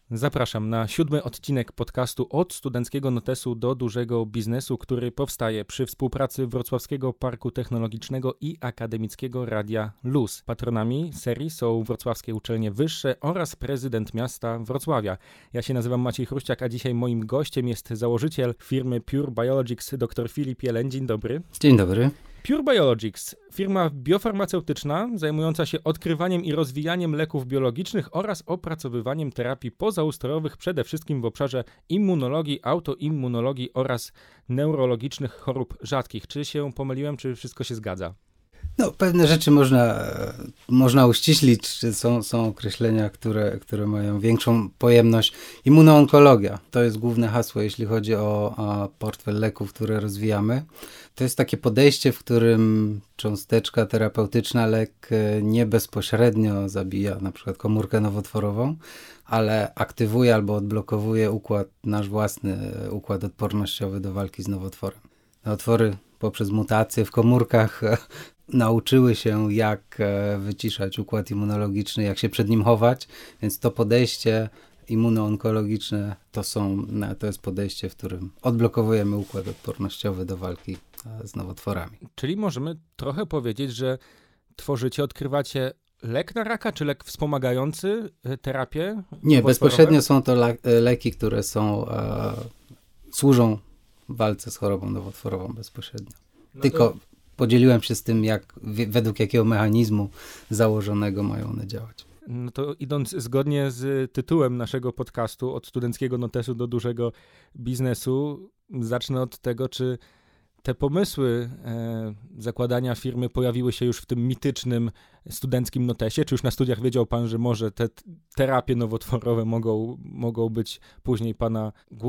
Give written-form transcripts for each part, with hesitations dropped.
Zapraszam na 7. odcinek podcastu Od studenckiego notesu do dużego biznesu, który powstaje przy współpracy Wrocławskiego Parku Technologicznego i Akademickiego Radia Luz. Patronami serii są wrocławskie uczelnie wyższe oraz prezydent miasta Wrocławia. Ja się nazywam Maciej Chruściak, a dzisiaj moim gościem jest założyciel firmy Pure Biologics, dr Filip Jeleń. Dzień dobry. Dzień dobry. Pure Biologics, firma biofarmaceutyczna zajmująca się odkrywaniem i rozwijaniem leków biologicznych oraz opracowywaniem terapii pozaustrojowych, przede wszystkim w obszarze immunologii, autoimmunologii oraz neurologicznych chorób rzadkich. Czy się pomyliłem, czy wszystko się zgadza? No, pewne rzeczy można uściślić, czy są określenia, które mają większą pojemność. Immunoonkologia to jest główne hasło, jeśli chodzi o portfel leków, które rozwijamy. To jest takie podejście, w którym cząsteczka terapeutyczna, lek nie bezpośrednio zabija na przykład komórkę nowotworową, ale aktywuje albo odblokowuje nasz własny układ odpornościowy do walki z nowotworem. Nowotwory poprzez mutacje w komórkach nauczyły się, jak wyciszać układ immunologiczny, jak się przed nim chować, więc to podejście immunoonkologiczne to jest podejście, w którym odblokowujemy układ odpornościowy do walki z nowotworami. Czyli możemy trochę powiedzieć, że odkrywacie lek na raka, czy lek wspomagający terapię? Nie, bezpośrednio są to leki, które służą walce z chorobą nowotworową bezpośrednio. Tylko podzieliłem się z tym, według jakiego mechanizmu założonego mają one działać. No to idąc zgodnie z tytułem naszego podcastu Od studenckiego notesu do dużego biznesu, zacznę od tego, czy te pomysły zakładania firmy pojawiły się już w tym mitycznym studenckim notesie? Czy już na studiach wiedział pan, że może te terapie nowotworowe mogą być później pana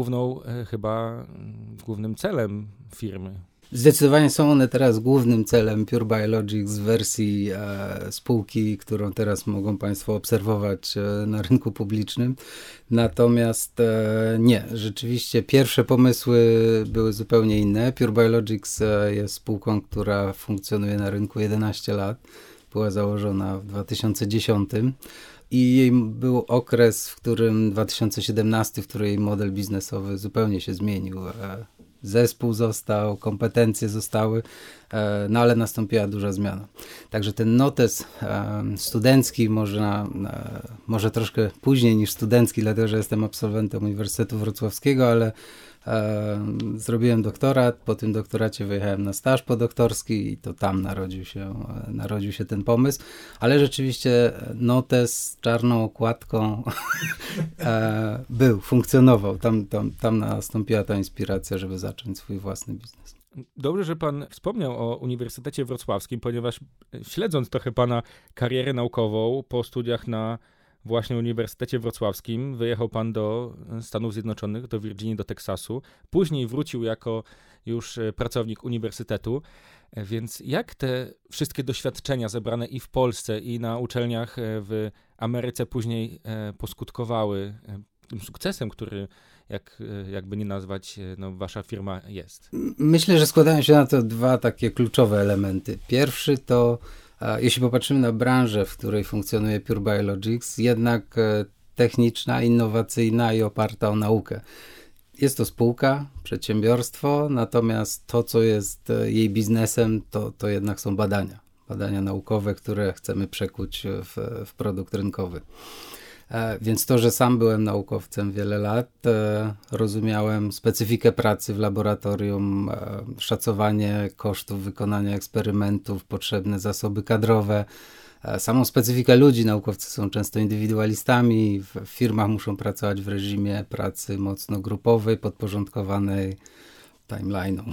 głównym celem firmy? Zdecydowanie są one teraz głównym celem Pure Biologics w wersji spółki, którą teraz mogą państwo obserwować na rynku publicznym. Natomiast nie, rzeczywiście pierwsze pomysły były zupełnie inne. Pure Biologics jest spółką, która funkcjonuje na rynku 11 lat. Była założona w 2010 i jej był okres, w którym 2017, w którym jej model biznesowy zupełnie się zmienił. Zespół został, kompetencje zostały, no ale nastąpiła duża zmiana. Także ten notes studencki może troszkę później niż studencki, dlatego że jestem absolwentem Uniwersytetu Wrocławskiego, ale zrobiłem doktorat, po tym doktoracie wyjechałem na staż podoktorski i to tam narodził się ten pomysł, ale rzeczywiście notes z czarną okładką funkcjonował. Tam nastąpiła ta inspiracja, żeby zacząć swój własny biznes. Dobrze, że pan wspomniał o Uniwersytecie Wrocławskim, ponieważ śledząc trochę pana karierę naukową po studiach na właśnie Uniwersytecie Wrocławskim, wyjechał pan do Stanów Zjednoczonych, do Virginii, do Teksasu. Później wrócił jako już pracownik uniwersytetu. Więc jak te wszystkie doświadczenia zebrane i w Polsce, i na uczelniach w Ameryce później poskutkowały tym sukcesem, który, jakby nie nazwać, wasza firma jest? Myślę, że składają się na to dwa takie kluczowe elementy. Pierwszy to, jeśli popatrzymy na branżę, w której funkcjonuje Pure Biologics, jednak techniczna, innowacyjna i oparta o naukę. Jest to spółka, przedsiębiorstwo, natomiast to, co jest jej biznesem, to jednak są badania. Badania naukowe, które chcemy przekuć w produkt rynkowy. Więc to, że sam byłem naukowcem wiele lat, rozumiałem specyfikę pracy w laboratorium, szacowanie kosztów wykonania eksperymentów, potrzebne zasoby kadrowe, samą specyfikę ludzi. Naukowcy są często indywidualistami, w firmach muszą pracować w reżimie pracy mocno grupowej, podporządkowanej timeline'om,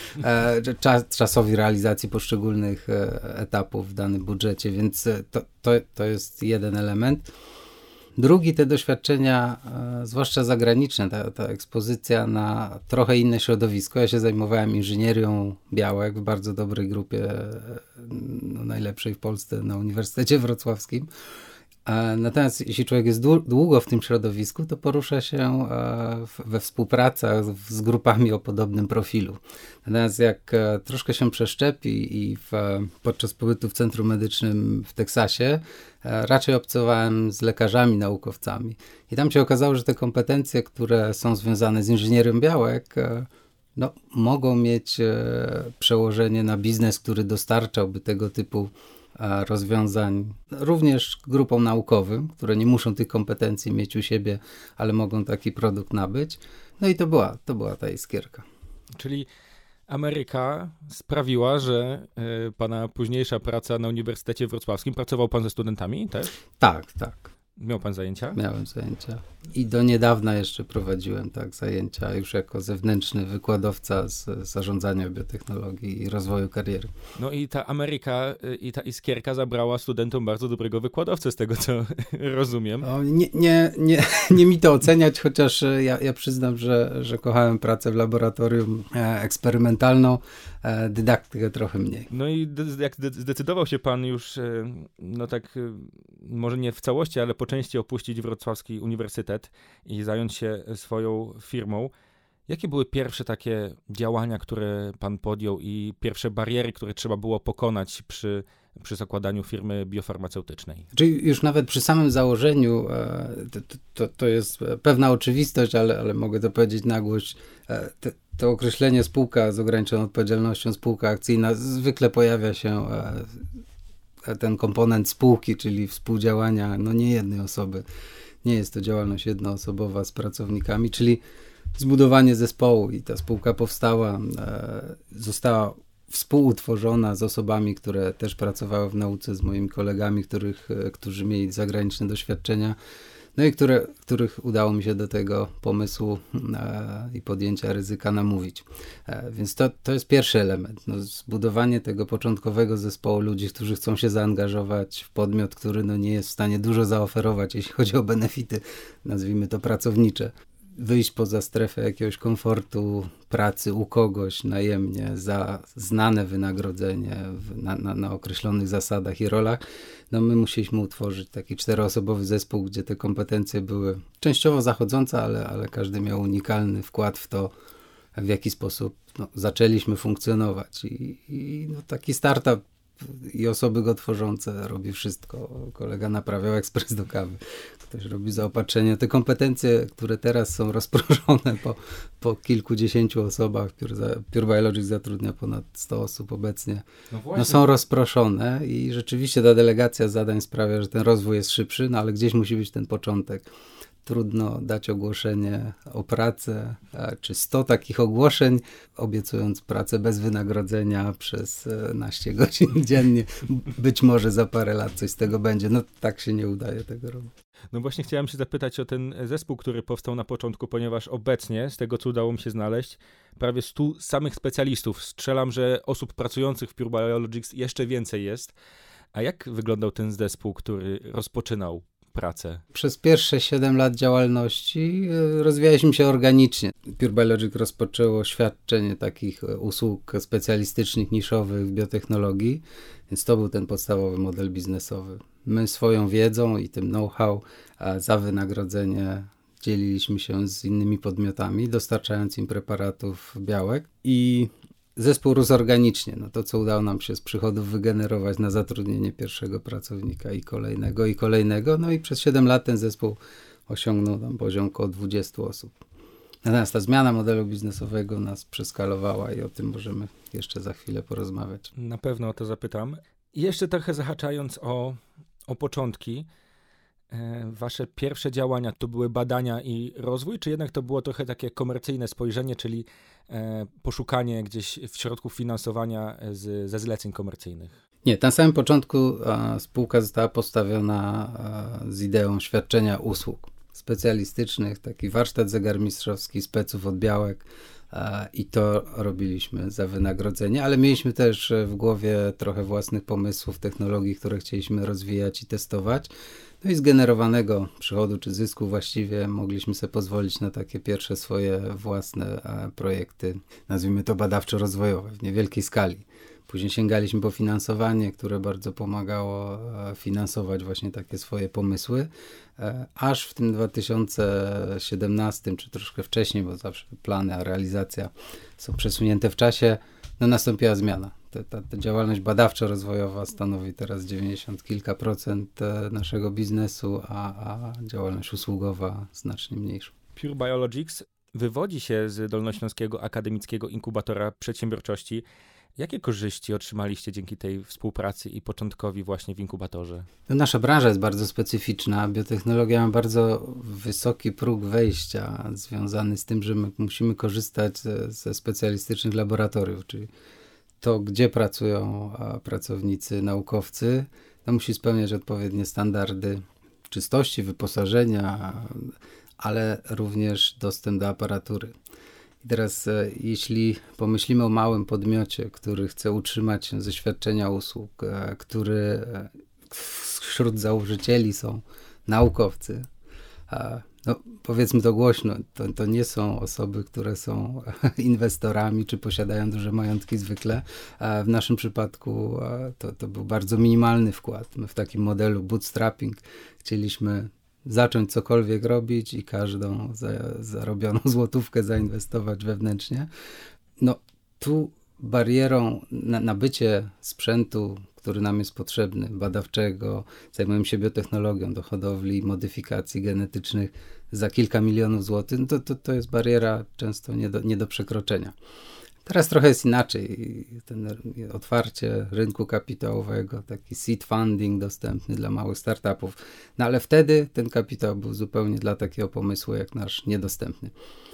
czasowi realizacji poszczególnych etapów w danym budżecie, więc to jest jeden element. Drugi, te doświadczenia, zwłaszcza zagraniczne, ta ekspozycja na trochę inne środowisko. Ja się zajmowałem inżynierią białek w bardzo dobrej grupie, najlepszej w Polsce na Uniwersytecie Wrocławskim, Natomiast jeśli człowiek jest długo w tym środowisku, to porusza się we współpracach z grupami o podobnym profilu. Natomiast jak troszkę się przeszczepi i podczas pobytu w Centrum Medycznym w Teksasie raczej obcowałem z lekarzami, naukowcami. I tam się okazało, że te kompetencje, które są związane z inżynierem białek, mogą mieć przełożenie na biznes, który dostarczałby tego typu rozwiązań również grupom naukowym, które nie muszą tych kompetencji mieć u siebie, ale mogą taki produkt nabyć. No i to była ta iskierka. Czyli Ameryka sprawiła, że pana późniejsza praca na Uniwersytecie Wrocławskim, pracował pan ze studentami też? Tak. Miał pan zajęcia? Miałem zajęcia. I do niedawna jeszcze prowadziłem zajęcia już jako zewnętrzny wykładowca z zarządzania biotechnologii i rozwoju kariery. No i ta Ameryka i ta iskierka zabrała studentom bardzo dobrego wykładowcę, z tego co rozumiem. Nie mi to oceniać, chociaż ja przyznam, że kochałem pracę w laboratorium eksperymentalną, dydaktykę trochę mniej. No i jak zdecydował się pan już, może nie w całości, ale po części opuścić Wrocławski Uniwersytet i zająć się swoją firmą, jakie były pierwsze takie działania, które pan podjął i pierwsze bariery, które trzeba było pokonać przy zakładaniu firmy biofarmaceutycznej? Czyli już nawet przy samym założeniu, to jest pewna oczywistość, ale mogę to powiedzieć na głośno, to określenie spółka z ograniczoną odpowiedzialnością, spółka akcyjna, zwykle pojawia się ten komponent spółki, czyli współdziałania nie jednej osoby. Nie jest to działalność jednoosobowa z pracownikami, czyli zbudowanie zespołu i ta spółka powstała, została współutworzona z osobami, które też pracowały w nauce, z moimi kolegami, którzy mieli zagraniczne doświadczenia, no i których udało mi się do tego pomysłu i podjęcia ryzyka namówić. Więc to jest pierwszy element. Zbudowanie tego początkowego zespołu ludzi, którzy chcą się zaangażować w podmiot, który nie jest w stanie dużo zaoferować, jeśli chodzi o benefity, nazwijmy to pracownicze. Wyjść poza strefę jakiegoś komfortu pracy u kogoś najemnie za znane wynagrodzenie na określonych zasadach i rolach. My musieliśmy utworzyć taki 4-osobowy zespół, gdzie te kompetencje były częściowo zachodzące, ale każdy miał unikalny wkład w to, w jaki sposób zaczęliśmy funkcjonować. I taki startup i osoby go tworzące robi wszystko. Kolega naprawiał ekspres do kawy, ktoś robi zaopatrzenie. Te kompetencje, które teraz są rozproszone po kilkudziesięciu osobach, Pure Biologics zatrudnia ponad 100 osób obecnie, są rozproszone i rzeczywiście ta delegacja zadań sprawia, że ten rozwój jest szybszy, ale gdzieś musi być ten początek. Trudno dać ogłoszenie o pracę, czy 100 takich ogłoszeń, obiecując pracę bez wynagrodzenia przez naście godzin dziennie. Być może za parę lat coś z tego będzie. Tak się nie udaje tego robić. No właśnie chciałem się zapytać o ten zespół, który powstał na początku, ponieważ obecnie, z tego co udało mi się znaleźć, prawie 100 samych specjalistów. Strzelam, że osób pracujących w Pure Biologics jeszcze więcej jest. A jak wyglądał ten zespół, który rozpoczynał pracę? Przez pierwsze 7 lat działalności rozwijaliśmy się organicznie. Pure Biologics rozpoczęło świadczenie takich usług specjalistycznych, niszowych w biotechnologii, więc to był ten podstawowy model biznesowy. My swoją wiedzą i tym know-how za wynagrodzenie dzieliliśmy się z innymi podmiotami, dostarczając im preparatów białek i zespół rósł organicznie. To, co udało nam się z przychodów wygenerować na zatrudnienie pierwszego pracownika i kolejnego. I przez 7 lat ten zespół osiągnął tam poziom około 20 osób. Natomiast ta zmiana modelu biznesowego nas przeskalowała i o tym możemy jeszcze za chwilę porozmawiać. Na pewno o to zapytam. I jeszcze trochę zahaczając o początki, wasze pierwsze działania to były badania i rozwój, czy jednak to było trochę takie komercyjne spojrzenie, czyli poszukanie gdzieś w środku finansowania ze zleceń komercyjnych? Nie, na samym początku spółka została postawiona z ideą świadczenia usług specjalistycznych, taki warsztat zegarmistrzowski, speców od białek i to robiliśmy za wynagrodzenie, ale mieliśmy też w głowie trochę własnych pomysłów, technologii, które chcieliśmy rozwijać i testować. I z generowanego przychodu czy zysku właściwie mogliśmy sobie pozwolić na takie pierwsze swoje własne projekty, nazwijmy to badawczo-rozwojowe, w niewielkiej skali. Później sięgaliśmy po finansowanie, które bardzo pomagało finansować właśnie takie swoje pomysły. Aż w tym 2017, czy troszkę wcześniej, bo zawsze plany, a realizacja są przesunięte w czasie, nastąpiła zmiana. Ta działalność badawczo-rozwojowa stanowi teraz 90 kilka procent naszego biznesu, a działalność usługowa znacznie mniejszą. Pure Biologics wywodzi się z Dolnośląskiego Akademickiego Inkubatora Przedsiębiorczości. Jakie korzyści otrzymaliście dzięki tej współpracy i początkowi właśnie w inkubatorze? Nasza branża jest bardzo specyficzna. Biotechnologia ma bardzo wysoki próg wejścia związany z tym, że my musimy korzystać ze specjalistycznych laboratoriów, czyli to, gdzie pracują pracownicy, naukowcy, musi spełniać odpowiednie standardy czystości, wyposażenia, ale również dostęp do aparatury. I teraz, jeśli pomyślimy o małym podmiocie, który chce utrzymać się ze świadczenia usług, który wśród założycieli są naukowcy, powiedzmy to głośno, to nie są osoby, które są inwestorami czy posiadają duże majątki zwykle. W naszym przypadku to był bardzo minimalny wkład. My w takim modelu bootstrapping chcieliśmy zacząć cokolwiek robić i każdą zarobioną złotówkę zainwestować wewnętrznie. Tu barierą na nabycie sprzętu, który nam jest potrzebny, badawczego, zajmujemy się biotechnologią do hodowli, modyfikacji genetycznych za kilka milionów złotych, to jest bariera często nie do przekroczenia. Teraz trochę jest inaczej. Ten otwarcie rynku kapitałowego, taki seed funding dostępny dla małych startupów, ale wtedy ten kapitał był zupełnie dla takiego pomysłu jak nasz niedostępny.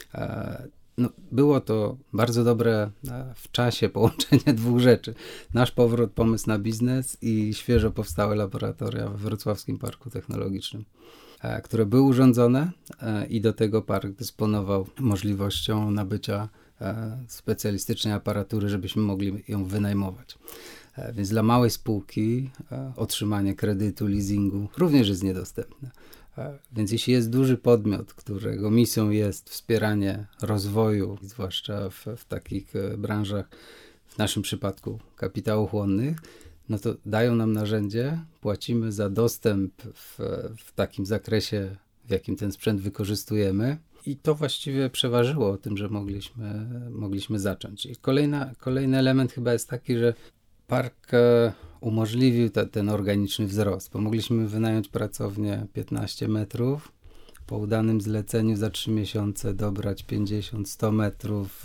Było to bardzo dobre w czasie połączenie dwóch rzeczy. Nasz pomysł na biznes i świeżo powstałe laboratoria w Wrocławskim Parku Technologicznym, które były urządzone i do tego park dysponował możliwością nabycia specjalistycznej aparatury, żebyśmy mogli ją wynajmować. Więc dla małej spółki otrzymanie kredytu, leasingu również jest niedostępne. Więc jeśli jest duży podmiot, którego misją jest wspieranie rozwoju, zwłaszcza w takich branżach, w naszym przypadku kapitałochłonnych, to dają nam narzędzie, płacimy za dostęp w takim zakresie, w jakim ten sprzęt wykorzystujemy. I to właściwie przeważyło o tym, że mogliśmy zacząć. I kolejny element chyba jest taki, że park umożliwił ten organiczny wzrost, bo mogliśmy wynająć pracownię 15 metrów, po udanym zleceniu za 3 miesiące dobrać 50-100 metrów,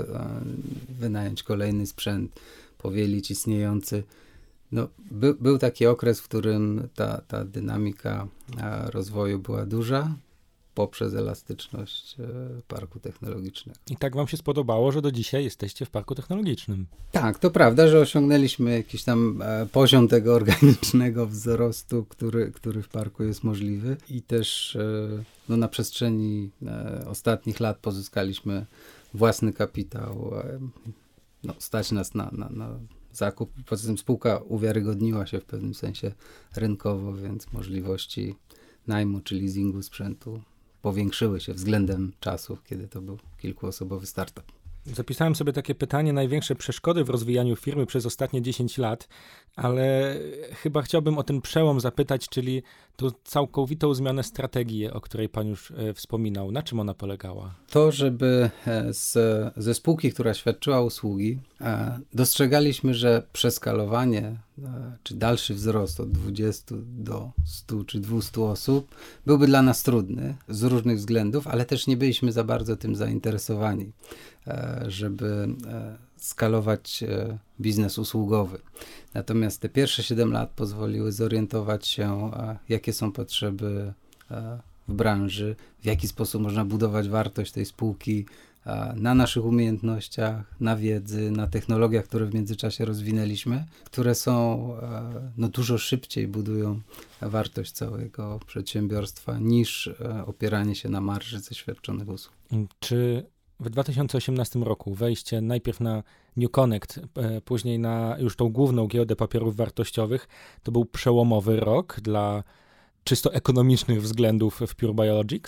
wynająć kolejny sprzęt, powielić istniejący. Był taki okres, w którym ta dynamika rozwoju była duża, poprzez elastyczność parku technologicznego. I tak wam się spodobało, że do dzisiaj jesteście w parku technologicznym. Tak, to prawda, że osiągnęliśmy jakiś tam poziom tego organicznego wzrostu, który w parku jest możliwy i też na przestrzeni ostatnich lat pozyskaliśmy własny kapitał. Stać nas na zakup. Poza tym spółka uwiarygodniła się w pewnym sensie rynkowo, więc możliwości najmu czy leasingu sprzętu powiększyły się względem czasów, kiedy to był kilkuosobowy startup. Zapisałem sobie takie pytanie, największe przeszkody w rozwijaniu firmy przez ostatnie 10 lat, ale chyba chciałbym o ten przełom zapytać, czyli tą całkowitą zmianę strategii, o której pan już wspominał. Na czym ona polegała? To, żeby ze spółki, która świadczyła usługi, dostrzegaliśmy, że przeskalowanie czy dalszy wzrost od 20 do 100 czy 200 osób byłby dla nas trudny z różnych względów, ale też nie byliśmy za bardzo tym zainteresowani, żeby skalować biznes usługowy. Natomiast te pierwsze 7 lat pozwoliły zorientować się, jakie są potrzeby w branży, w jaki sposób można budować wartość tej spółki na naszych umiejętnościach, na wiedzy, na technologiach, które w międzyczasie rozwinęliśmy, które są dużo szybciej budują wartość całego przedsiębiorstwa niż opieranie się na marży ze świadczonych usług. Czy w 2018 roku wejście najpierw na New Connect, później na już tą główną giełdę papierów wartościowych, to był przełomowy rok dla czysto ekonomicznych względów w Pure Biologics?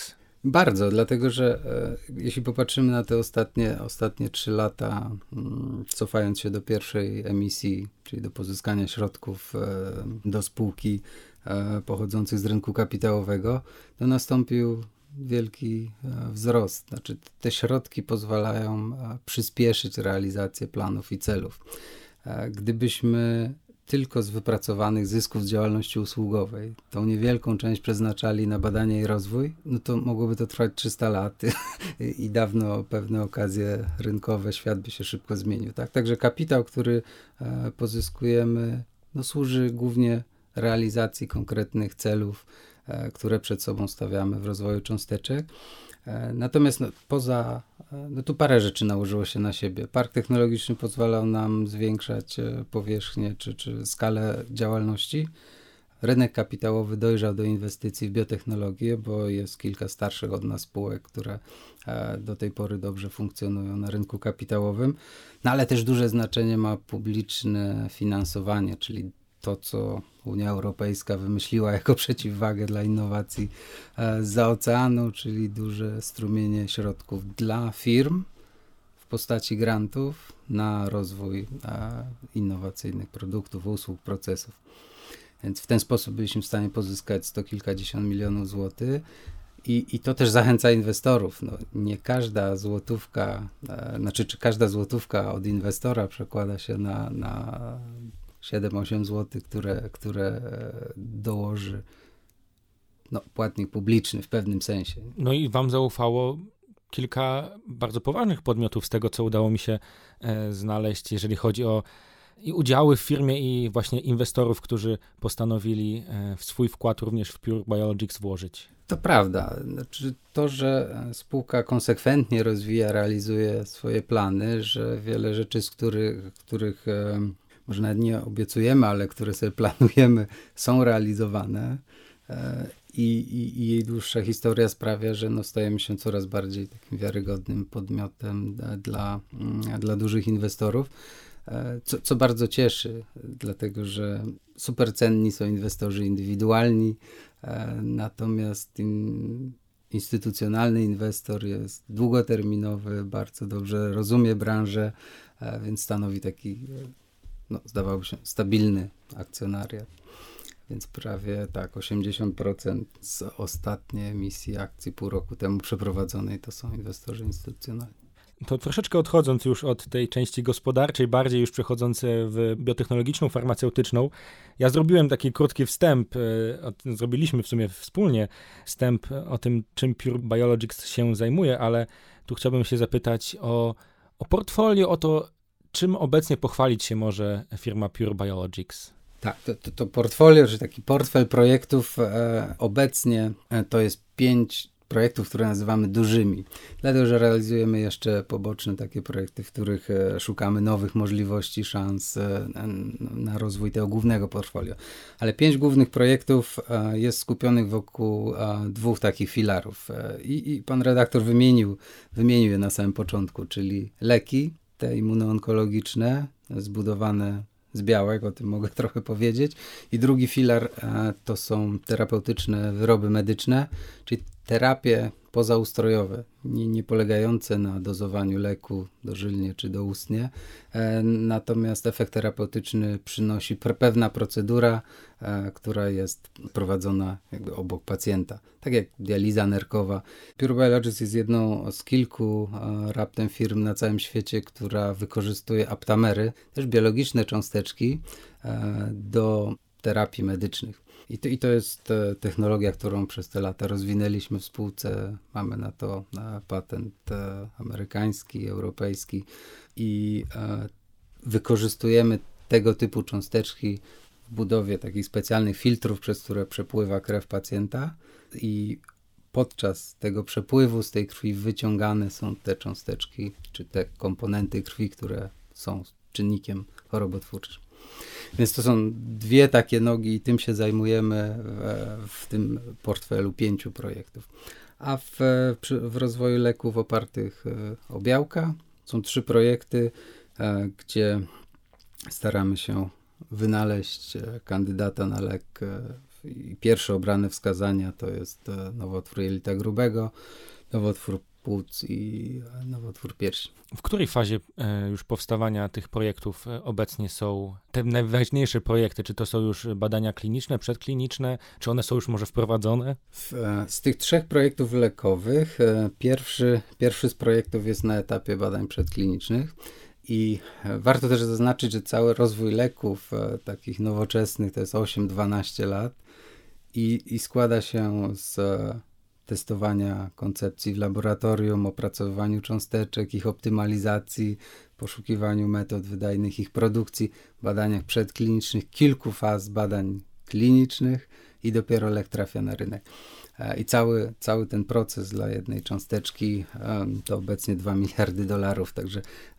Bardzo, dlatego że jeśli popatrzymy na te ostatnie 3 lata, cofając się do pierwszej emisji, czyli do pozyskania środków do spółki pochodzących z rynku kapitałowego, to nastąpił wielki wzrost. Znaczy, te środki pozwalają przyspieszyć realizację planów i celów. Gdybyśmy tylko z wypracowanych zysków z działalności usługowej tą niewielką część przeznaczali na badania i rozwój, no to mogłoby to trwać 300 lat i dawno pewne okazje rynkowe, świat by się szybko zmienił. Tak? Także kapitał, który pozyskujemy, no, służy głównie realizacji konkretnych celów, które przed sobą stawiamy w rozwoju cząsteczek. Natomiast tu parę rzeczy nałożyło się na siebie. Park technologiczny pozwalał nam zwiększać powierzchnię czy skalę działalności. Rynek kapitałowy dojrzał do inwestycji w biotechnologię, bo jest kilka starszych od nas spółek, które do tej pory dobrze funkcjonują na rynku kapitałowym. No ale też duże znaczenie ma publiczne finansowanie, czyli to, co Unia Europejska wymyśliła jako przeciwwagę dla innowacji zza oceanu, czyli duże strumienie środków dla firm w postaci grantów na rozwój innowacyjnych produktów, usług, procesów. Więc w ten sposób byliśmy w stanie pozyskać 100 kilkadziesiąt milionów złotych. I to też zachęca inwestorów. No, nie każda złotówka, czy każda złotówka od inwestora przekłada się na 7-8 zł, które dołoży płatnik publiczny w pewnym sensie. No i wam zaufało kilka bardzo poważnych podmiotów z tego, co udało mi się znaleźć, jeżeli chodzi o i udziały w firmie i właśnie inwestorów, którzy postanowili w swój wkład również w Pure Biologics włożyć. To prawda. Znaczy to, że spółka konsekwentnie rozwija, realizuje swoje plany, że wiele rzeczy, z których może nawet nie obiecujemy, ale które sobie planujemy, są realizowane i jej dłuższa historia sprawia, że stajemy się coraz bardziej takim wiarygodnym podmiotem dla dużych inwestorów, co bardzo cieszy, dlatego że supercenni są inwestorzy indywidualni, natomiast instytucjonalny inwestor jest długoterminowy, bardzo dobrze rozumie branżę, więc stanowi taki zdawałoby się stabilny akcjonariat. Więc prawie 80% z ostatniej emisji akcji pół roku temu przeprowadzonej to są inwestorzy instytucjonalni. To troszeczkę odchodząc już od tej części gospodarczej, bardziej już przechodząc w biotechnologiczną, farmaceutyczną, ja zrobiłem taki krótki wstęp, zrobiliśmy w sumie wspólnie wstęp o tym, czym Pure Biologics się zajmuje, ale tu chciałbym się zapytać o portfolio, o to, czym obecnie pochwalić się może firma Pure Biologics? Tak, to portfolio, czy taki portfel projektów obecnie to jest 5 projektów, które nazywamy dużymi. Dlatego, że realizujemy jeszcze poboczne takie projekty, w których szukamy nowych możliwości, szans na rozwój tego głównego portfolio. Ale 5 głównych projektów jest skupionych wokół 2 takich filarów. I pan redaktor wymienił je na samym początku, czyli leki, te immunoonkologiczne, zbudowane z białek, o tym mogę trochę powiedzieć. I drugi filar to są terapeutyczne wyroby medyczne, czyli terapie pozaustrojowe, nie polegające na dozowaniu leku dożylnie czy doustnie, natomiast efekt terapeutyczny przynosi pewna procedura, która jest prowadzona jakby obok pacjenta, tak jak dializa nerkowa. Pure Biologics jest jedną z kilku raptem firm na całym świecie, która wykorzystuje aptamery, też biologiczne cząsteczki do terapii medycznych. I to jest technologia, którą przez te lata rozwinęliśmy w spółce. Mamy na to patent amerykański, europejski i wykorzystujemy tego typu cząsteczki w budowie takich specjalnych filtrów, przez które przepływa krew pacjenta i podczas tego przepływu z tej krwi wyciągane są te cząsteczki, czy te komponenty krwi, które są czynnikiem chorobotwórczym. Więc to są 2 takie nogi i tym się zajmujemy w tym portfelu 5 projektów. A w rozwoju leków opartych o białka są 3 projekty, gdzie staramy się wynaleźć kandydata na lek i pierwsze obrane wskazania to jest nowotwór jelita grubego, nowotwór płuc i nowotwór piersi. W której fazie już powstawania tych projektów obecnie są te najważniejsze projekty? Czy to są już badania kliniczne, przedkliniczne? Czy one są już może wprowadzone? Z tych 3 projektów lekowych pierwszy z projektów jest na etapie badań przedklinicznych i warto też zaznaczyć, że cały rozwój leków takich nowoczesnych to jest 8-12 lat i składa się z testowania koncepcji w laboratorium, opracowywaniu cząsteczek, ich optymalizacji, poszukiwaniu metod wydajnych ich produkcji, badaniach przedklinicznych, kilku faz badań klinicznych i dopiero lek trafia na rynek. I cały ten proces dla jednej cząsteczki to obecnie $2 miliardy, także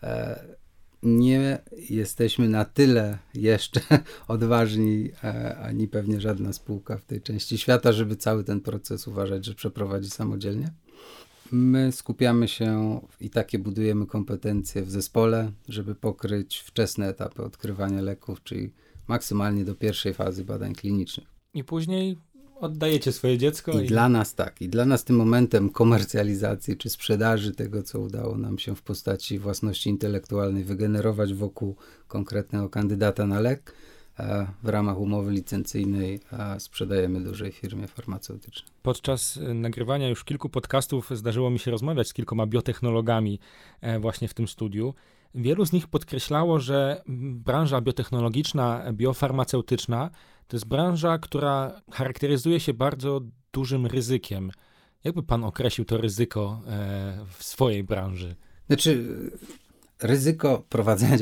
nie jesteśmy na tyle jeszcze odważni, ani pewnie żadna spółka w tej części świata, żeby cały ten proces uważać, że przeprowadzi samodzielnie. My skupiamy się i takie budujemy kompetencje w zespole, żeby pokryć wczesne etapy odkrywania leków, czyli maksymalnie do pierwszej fazy badań klinicznych. I później oddajecie swoje dziecko. I dla nas tak. I dla nas tym momentem komercjalizacji czy sprzedaży tego, co udało nam się w postaci własności intelektualnej wygenerować wokół konkretnego kandydata na lek, w ramach umowy licencyjnej sprzedajemy dużej firmie farmaceutycznej. Podczas nagrywania już kilku podcastów zdarzyło mi się rozmawiać z kilkoma biotechnologami właśnie w tym studiu. Wielu z nich podkreślało, że branża biotechnologiczna, biofarmaceutyczna to jest branża, która charakteryzuje się bardzo dużym ryzykiem. Jakby pan określił to ryzyko w swojej branży? Znaczy, ryzyko prowadzenia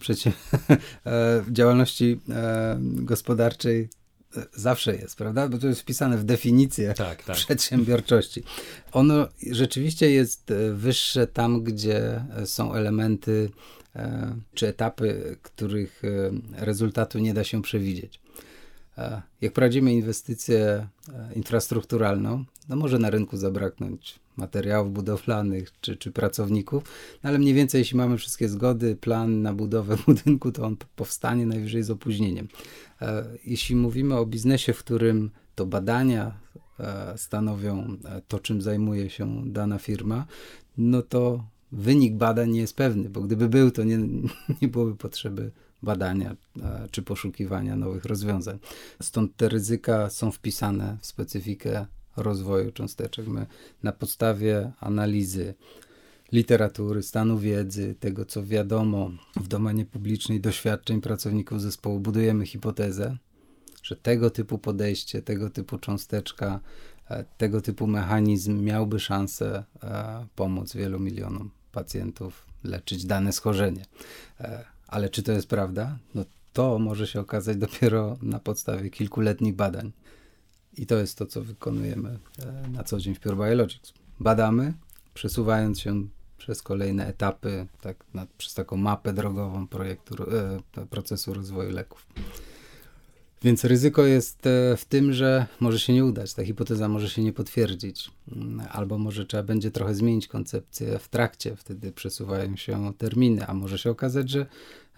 działalności gospodarczej zawsze jest, prawda? Bo to jest wpisane w definicję przedsiębiorczości. Ono rzeczywiście jest wyższe tam, gdzie są elementy czy etapy, których rezultatu nie da się przewidzieć. Jak prowadzimy inwestycję infrastrukturalną, no może na rynku zabraknąć materiałów budowlanych czy pracowników, no ale mniej więcej jeśli mamy wszystkie zgody, plan na budowę budynku, to on powstanie najwyżej z opóźnieniem. Jeśli mówimy o biznesie, w którym to badania stanowią to, czym zajmuje się dana firma, no to wynik badań nie jest pewny, bo gdyby był, to nie byłoby potrzeby badania czy poszukiwania nowych rozwiązań. Stąd te ryzyka są wpisane w specyfikę rozwoju cząsteczek. My na podstawie analizy literatury, stanu wiedzy, tego co wiadomo w domenie publicznej, doświadczeń pracowników zespołu, budujemy hipotezę, że tego typu podejście, tego typu cząsteczka, tego typu mechanizm miałby szansę pomóc wielu milionom pacjentów leczyć dane schorzenie. Ale czy to jest prawda? No to może się okazać dopiero na podstawie kilkuletnich badań. I to jest to, co wykonujemy na co dzień w Pure Biologics. Badamy, przesuwając się przez kolejne etapy, przez taką mapę drogową procesu rozwoju leków. Więc ryzyko jest w tym, że może się nie udać, ta hipoteza może się nie potwierdzić, albo może trzeba będzie trochę zmienić koncepcję w trakcie, wtedy przesuwają się terminy, a może się okazać, że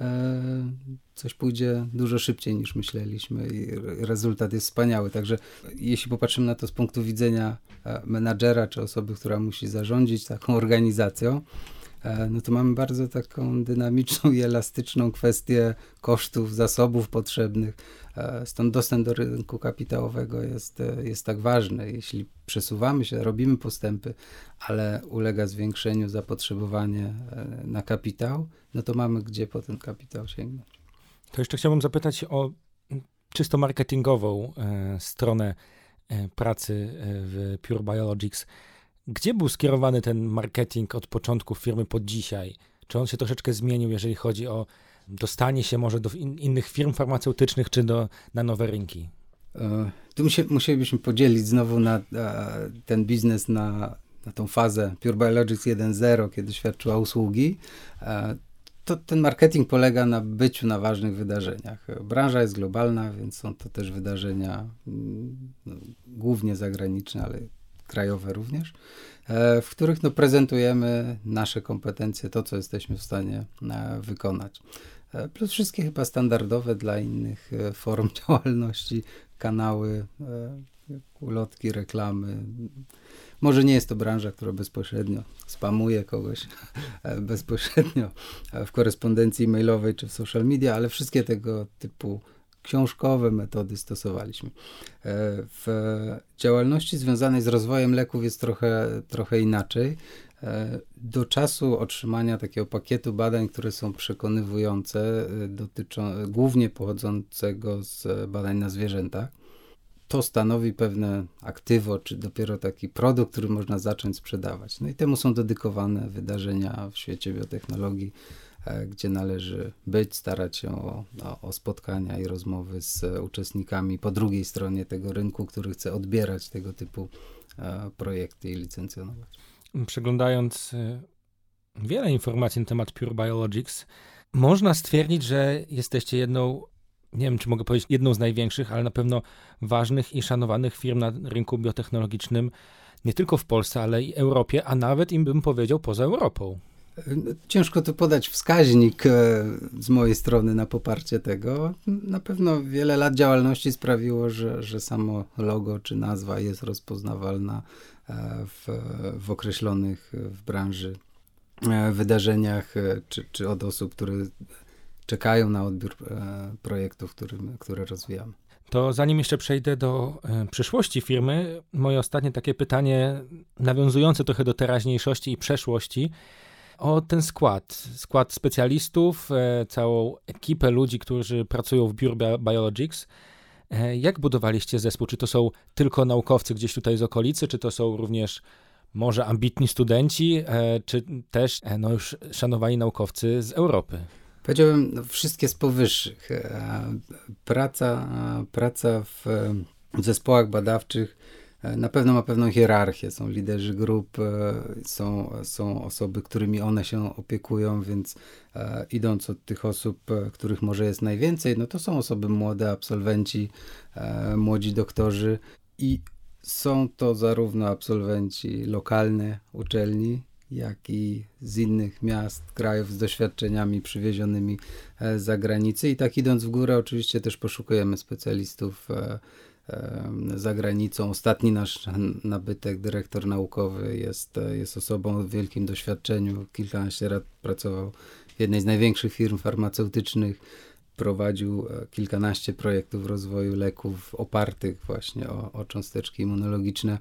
coś pójdzie dużo szybciej niż myśleliśmy i rezultat jest wspaniały. Także jeśli popatrzymy na to z punktu widzenia menadżera czy osoby, która musi zarządzić taką organizacją, no to mamy bardzo taką dynamiczną i elastyczną kwestię kosztów, zasobów potrzebnych. Stąd dostęp do rynku kapitałowego jest tak ważny. Jeśli przesuwamy się, robimy postępy, ale ulega zwiększeniu zapotrzebowanie na kapitał, no to mamy gdzie po ten kapitał sięgnąć. To jeszcze chciałbym zapytać o czysto marketingową stronę pracy w Pure Biologics. Gdzie był skierowany ten marketing od początku firmy po dzisiaj? Czy on się troszeczkę zmienił, jeżeli chodzi o dostanie się może do innych firm farmaceutycznych, czy na nowe rynki? Tu musielibyśmy podzielić znowu na ten biznes na tą fazę Pure Biologics 1.0, kiedy świadczyła usługi. To ten marketing polega na byciu na ważnych wydarzeniach. Branża jest globalna, więc są to też wydarzenia głównie zagraniczne, ale krajowe również, w których prezentujemy nasze kompetencje, to co jesteśmy w stanie wykonać. Plus wszystkie chyba standardowe dla innych form działalności kanały, ulotki, reklamy. Może nie jest to branża, która bezpośrednio spamuje kogoś bezpośrednio w korespondencji mailowej czy w social media, ale wszystkie tego typu książkowe metody stosowaliśmy. W działalności związanej z rozwojem leków jest trochę inaczej. Do czasu otrzymania takiego pakietu badań, które są przekonywujące, głównie pochodzącego z badań na zwierzętach, to stanowi pewne aktywo, czy dopiero taki produkt, który można zacząć sprzedawać. No i temu są dedykowane wydarzenia w świecie biotechnologii, gdzie należy być, starać się o spotkania i rozmowy z uczestnikami po drugiej stronie tego rynku, który chce odbierać tego typu projekty i licencjonować. Przeglądając wiele informacji na temat Pure Biologics, można stwierdzić, że jesteście nie wiem, czy mogę powiedzieć jedną z największych, ale na pewno ważnych i szanowanych firm na rynku biotechnologicznym, nie tylko w Polsce, ale i Europie, a nawet, bym powiedział, poza Europą. Ciężko tu podać wskaźnik z mojej strony na poparcie tego. Na pewno wiele lat działalności sprawiło, że samo logo czy nazwa jest rozpoznawalna w określonych w branży wydarzeniach, czy od osób, które czekają na odbiór projektów, które rozwijamy. To zanim jeszcze przejdę do przyszłości firmy, moje ostatnie takie pytanie, nawiązujące trochę do teraźniejszości i przeszłości, o ten skład specjalistów, całą ekipę ludzi, którzy pracują w Pure Biologics. Jak budowaliście zespół? Czy to są tylko naukowcy gdzieś tutaj z okolicy, czy to są również może ambitni studenci, czy też już szanowani naukowcy z Europy? Powiedziałbym, wszystkie z powyższych. Praca w zespołach badawczych na pewno ma pewną hierarchię. Są liderzy grup, są osoby, którymi one się opiekują, więc idąc od tych osób, których może jest najwięcej, no to są osoby młode, absolwenci, młodzi doktorzy i są to zarówno absolwenci lokalne uczelni, jak i z innych miast, krajów z doświadczeniami przywiezionymi z zagranicy. I tak idąc w górę, oczywiście też poszukujemy specjalistów za granicą. Ostatni nasz nabytek, dyrektor naukowy, jest osobą o wielkim doświadczeniu. Kilkanaście lat pracował w jednej z największych firm farmaceutycznych. Prowadził kilkanaście projektów rozwoju leków opartych właśnie o cząsteczki immunologiczne.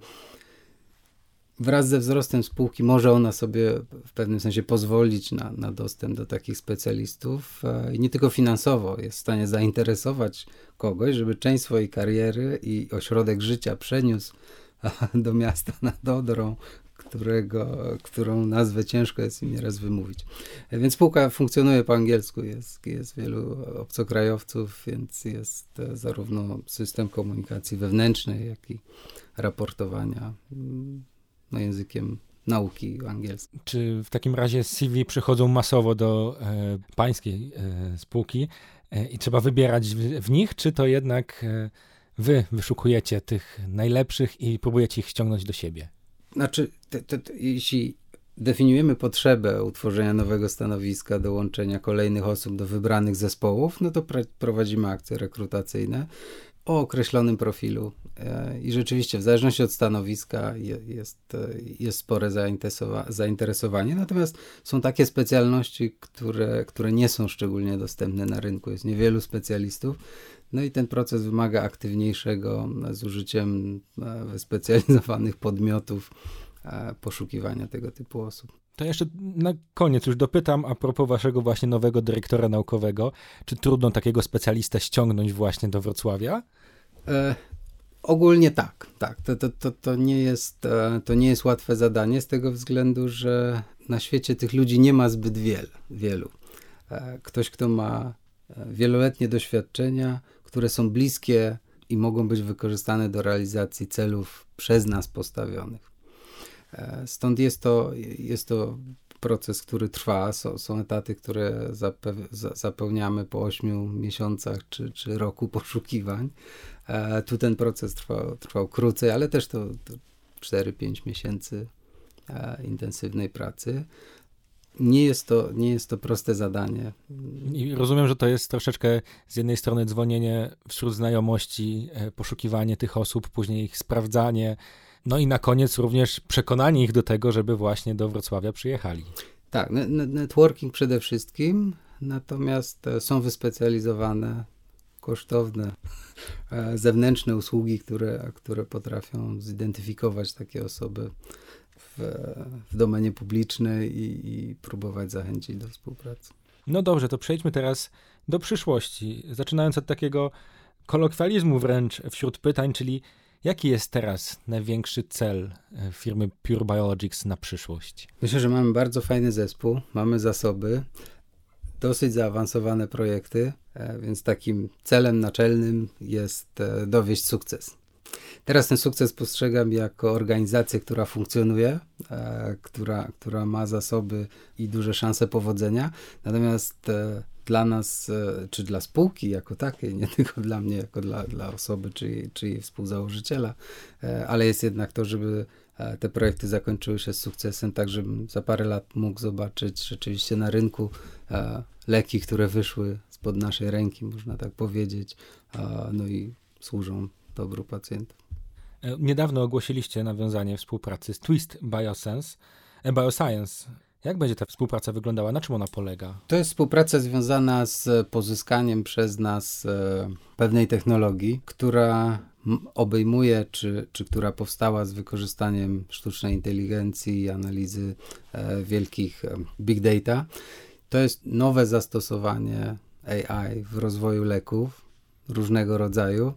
Wraz ze wzrostem spółki może ona sobie w pewnym sensie pozwolić na dostęp do takich specjalistów i nie tylko finansowo jest w stanie zainteresować kogoś, żeby część swojej kariery i ośrodek życia przeniósł do miasta nad Odrą, którą nazwę ciężko jest im nieraz wymówić. Więc spółka funkcjonuje po angielsku, jest wielu obcokrajowców, więc jest zarówno system komunikacji wewnętrznej, jak i raportowania językiem nauki angielskim. Czy w takim razie CV przychodzą masowo do pańskiej spółki i trzeba wybierać w nich, czy to jednak wy wyszukujecie tych najlepszych i próbujecie ich ściągnąć do siebie? Znaczy, jeśli definiujemy potrzebę utworzenia nowego stanowiska, dołączenia kolejnych osób do wybranych zespołów, no to prowadzimy akcje rekrutacyjne o określonym profilu i rzeczywiście w zależności od stanowiska jest spore zainteresowanie, natomiast są takie specjalności, które nie są szczególnie dostępne na rynku, jest niewielu specjalistów, no i ten proces wymaga aktywniejszego z użyciem wyspecjalizowanych podmiotów poszukiwania tego typu osób. To jeszcze na koniec już dopytam a propos waszego właśnie nowego dyrektora naukowego. Czy trudno takiego specjalistę ściągnąć właśnie do Wrocławia? Ogólnie tak. To nie jest łatwe zadanie z tego względu, że na świecie tych ludzi nie ma zbyt wielu. Ktoś, kto ma wieloletnie doświadczenia, które są bliskie i mogą być wykorzystane do realizacji celów przez nas postawionych. Stąd jest to proces, który trwa. Są etaty, które zapełniamy po 8 miesiącach czy roku poszukiwań. Tu ten proces trwał krócej, ale też to 4-5 miesięcy intensywnej pracy. nie jest to proste zadanie. I rozumiem, że to jest troszeczkę z jednej strony dzwonienie wśród znajomości, poszukiwanie tych osób, później ich sprawdzanie, no i na koniec również przekonanie ich do tego, żeby właśnie do Wrocławia przyjechali. Tak, networking przede wszystkim, natomiast są wyspecjalizowane, kosztowne, zewnętrzne usługi, które potrafią zidentyfikować takie osoby w domenie publicznej i próbować zachęcić do współpracy. No dobrze, to przejdźmy teraz do przyszłości, zaczynając od takiego kolokwializmu wręcz wśród pytań, czyli jaki jest teraz największy cel firmy Pure Biologics na przyszłość? Myślę, że mamy bardzo fajny zespół, mamy zasoby, dosyć zaawansowane projekty, więc takim celem naczelnym jest dowieść sukces. Teraz ten sukces postrzegam jako organizację, która funkcjonuje, która ma zasoby i duże szanse powodzenia, natomiast dla nas, czy dla spółki jako takiej, nie tylko dla mnie, jako dla osoby, czy jej współzałożyciela, ale jest jednak to, żeby te projekty zakończyły się z sukcesem, tak żebym za parę lat mógł zobaczyć rzeczywiście na rynku leki, które wyszły spod naszej ręki, można tak powiedzieć, no i służą dobru pacjentów. Niedawno ogłosiliście nawiązanie współpracy z Twist Bioscience. Jak będzie ta współpraca wyglądała? Na czym ona polega? To jest współpraca związana z pozyskaniem przez nas pewnej technologii, która obejmuje, czy która powstała z wykorzystaniem sztucznej inteligencji i analizy wielkich big data. To jest nowe zastosowanie AI w rozwoju leków różnego rodzaju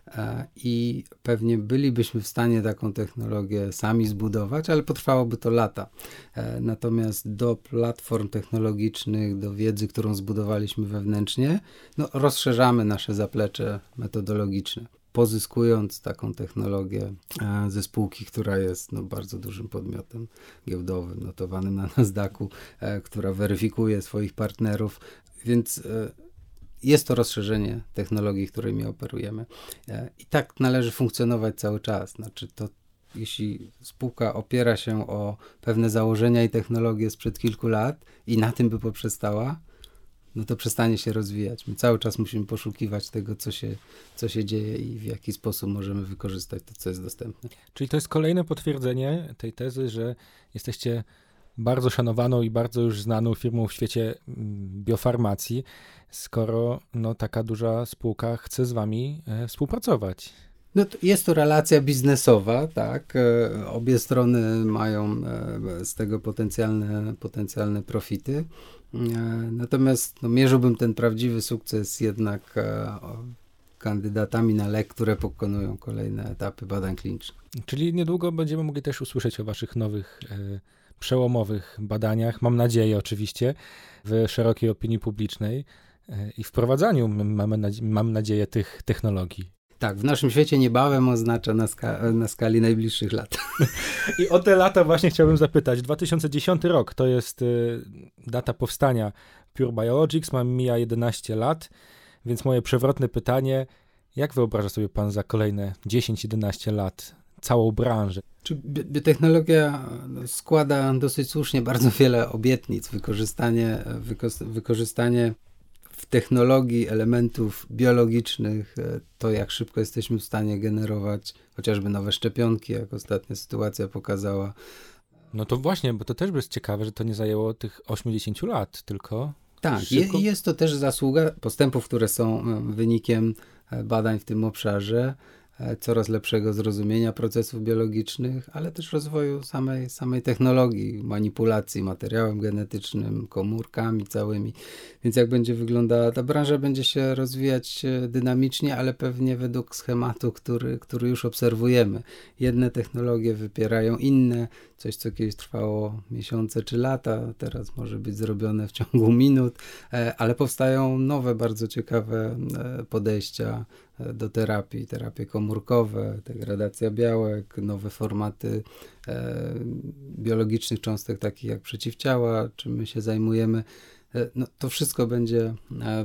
i pewnie bylibyśmy w stanie taką technologię sami zbudować, ale potrwałoby to lata. Natomiast do platform technologicznych, do wiedzy, którą zbudowaliśmy wewnętrznie, rozszerzamy nasze zaplecze metodologiczne, pozyskując taką technologię ze spółki, która jest bardzo dużym podmiotem giełdowym, notowanym na Nasdaqu, która weryfikuje swoich partnerów, więc jest to rozszerzenie technologii, którymi operujemy. I tak należy funkcjonować cały czas. Znaczy jeśli spółka opiera się o pewne założenia i technologie sprzed kilku lat i na tym by poprzestała, to przestanie się rozwijać. My cały czas musimy poszukiwać tego, co się dzieje i w jaki sposób możemy wykorzystać to, co jest dostępne. Czyli to jest kolejne potwierdzenie tej tezy, że jesteście bardzo szanowaną i bardzo już znaną firmą w świecie biofarmacji, skoro taka duża spółka chce z wami współpracować. Jest to relacja biznesowa, tak. Obie strony mają z tego potencjalne profity. Natomiast mierzyłbym ten prawdziwy sukces jednak kandydatami na lek, które pokonują kolejne etapy badań klinicznych. Czyli niedługo będziemy mogli też usłyszeć o waszych nowych przełomowych badaniach, mam nadzieję oczywiście, w szerokiej opinii publicznej i wprowadzaniu, mam nadzieję, tych technologii. Tak, w naszym świecie niebawem oznacza na skali najbliższych lat. I o te lata właśnie chciałbym zapytać. 2010 rok to jest data powstania Pure Biologics, mija 11 lat, więc moje przewrotne pytanie, jak wyobraża sobie pan za kolejne 10-11 lat całą branżę? Biotechnologia składa dosyć słusznie bardzo wiele obietnic. Wykorzystanie w technologii elementów biologicznych, to jak szybko jesteśmy w stanie generować chociażby nowe szczepionki, jak ostatnia sytuacja pokazała. No to właśnie, bo to też jest ciekawe, że to nie zajęło tych 80 lat, tylko tak, i jest to też zasługa postępów, które są wynikiem badań w tym obszarze, coraz lepszego zrozumienia procesów biologicznych, ale też rozwoju samej technologii, manipulacji materiałem genetycznym, komórkami całymi. Więc jak będzie wyglądała ta branża, będzie się rozwijać dynamicznie, ale pewnie według schematu, który już obserwujemy. Jedne technologie wypierają inne, coś co kiedyś trwało miesiące czy lata, teraz może być zrobione w ciągu minut, ale powstają nowe, bardzo ciekawe podejścia do terapie komórkowe, degradacja białek, nowe formaty biologicznych cząstek, takich jak przeciwciała, czym my się zajmujemy. To wszystko będzie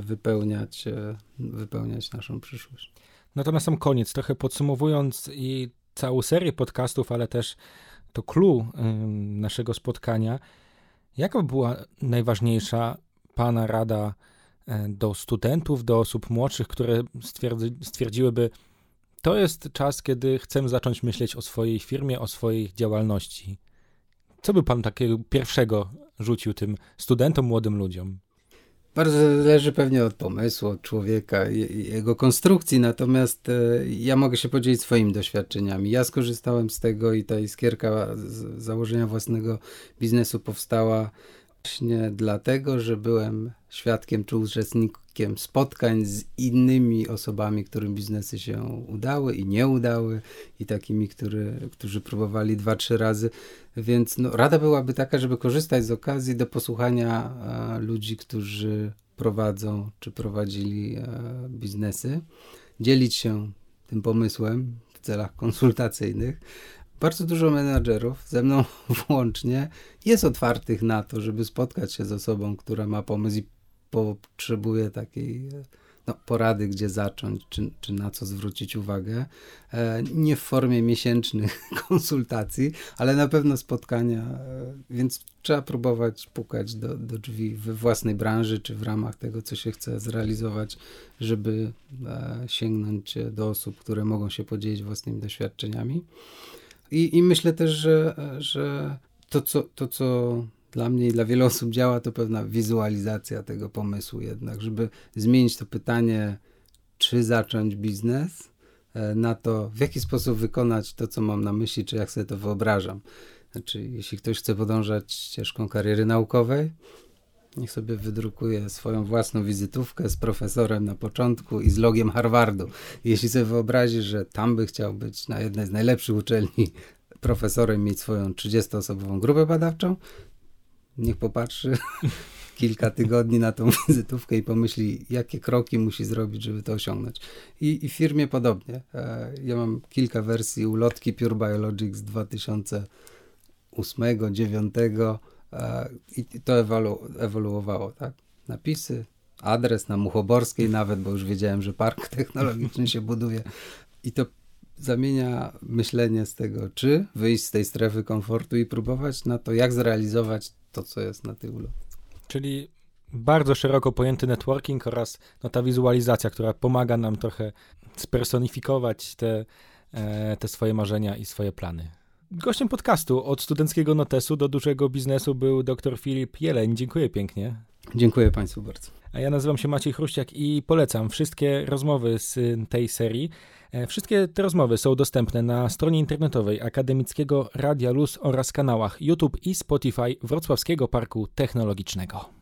wypełniać naszą przyszłość. No to na sam koniec, trochę podsumowując i całą serię podcastów, ale też to clue naszego spotkania, Jaka była najważniejsza pana rada do studentów, do osób młodszych, które stwierdziłyby, to jest czas, kiedy chcę zacząć myśleć o swojej firmie, o swojej działalności? Co by pan takiego pierwszego rzucił tym studentom, młodym ludziom? Bardzo zależy pewnie od pomysłu, od człowieka i jego konstrukcji, natomiast ja mogę się podzielić swoimi doświadczeniami. Ja skorzystałem z tego i ta iskierka z założenia własnego biznesu powstała właśnie dlatego, że byłem świadkiem czy uczestnikiem spotkań z innymi osobami, którym biznesy się udały i nie udały i takimi, którzy próbowali 2-3 razy, więc rada byłaby taka, żeby korzystać z okazji do posłuchania ludzi, którzy prowadzą czy prowadzili biznesy, dzielić się tym pomysłem w celach konsultacyjnych. Bardzo dużo menadżerów, ze mną włącznie, jest otwartych na to, żeby spotkać się z osobą, która ma pomysł i potrzebuje takiej porady, gdzie zacząć, czy na co zwrócić uwagę. Nie w formie miesięcznych konsultacji, ale na pewno spotkania, więc trzeba próbować pukać do drzwi we własnej branży, czy w ramach tego, co się chce zrealizować, żeby sięgnąć do osób, które mogą się podzielić własnymi doświadczeniami. I myślę też, że to, co dla mnie i dla wielu osób działa, to pewna wizualizacja tego pomysłu jednak, żeby zmienić to pytanie, czy zacząć biznes, na to, w jaki sposób wykonać to, co mam na myśli, czy jak sobie to wyobrażam. Znaczy, jeśli ktoś chce podążać ścieżką kariery naukowej, niech sobie wydrukuje swoją własną wizytówkę z profesorem na początku i z logiem Harvardu. Jeśli sobie wyobrazi, że tam by chciał być na jednej z najlepszych uczelni profesorem, mieć swoją 30-osobową grupę badawczą, niech popatrzy kilka tygodni na tą wizytówkę i pomyśli, jakie kroki musi zrobić, żeby to osiągnąć. I w firmie podobnie. Ja mam kilka wersji ulotki Pure Biologics 2008-2009 i to ewoluowało, tak? Napisy, adres na Muchoborskiej nawet, bo już wiedziałem, że park technologiczny się buduje. I to zamienia myślenie z tego, czy wyjść z tej strefy komfortu i próbować na to, jak zrealizować to, co jest na tej ulotce. Czyli bardzo szeroko pojęty networking oraz ta wizualizacja, która pomaga nam trochę spersonifikować te swoje marzenia i swoje plany. Gościem podcastu od studenckiego notesu do dużego biznesu był dr Filip Jeleń. Dziękuję pięknie. Dziękuję Państwu bardzo. A ja nazywam się Maciej Chruściak i polecam wszystkie rozmowy z tej serii. Wszystkie te rozmowy są dostępne na stronie internetowej Akademickiego Radia Luz oraz kanałach YouTube i Spotify Wrocławskiego Parku Technologicznego.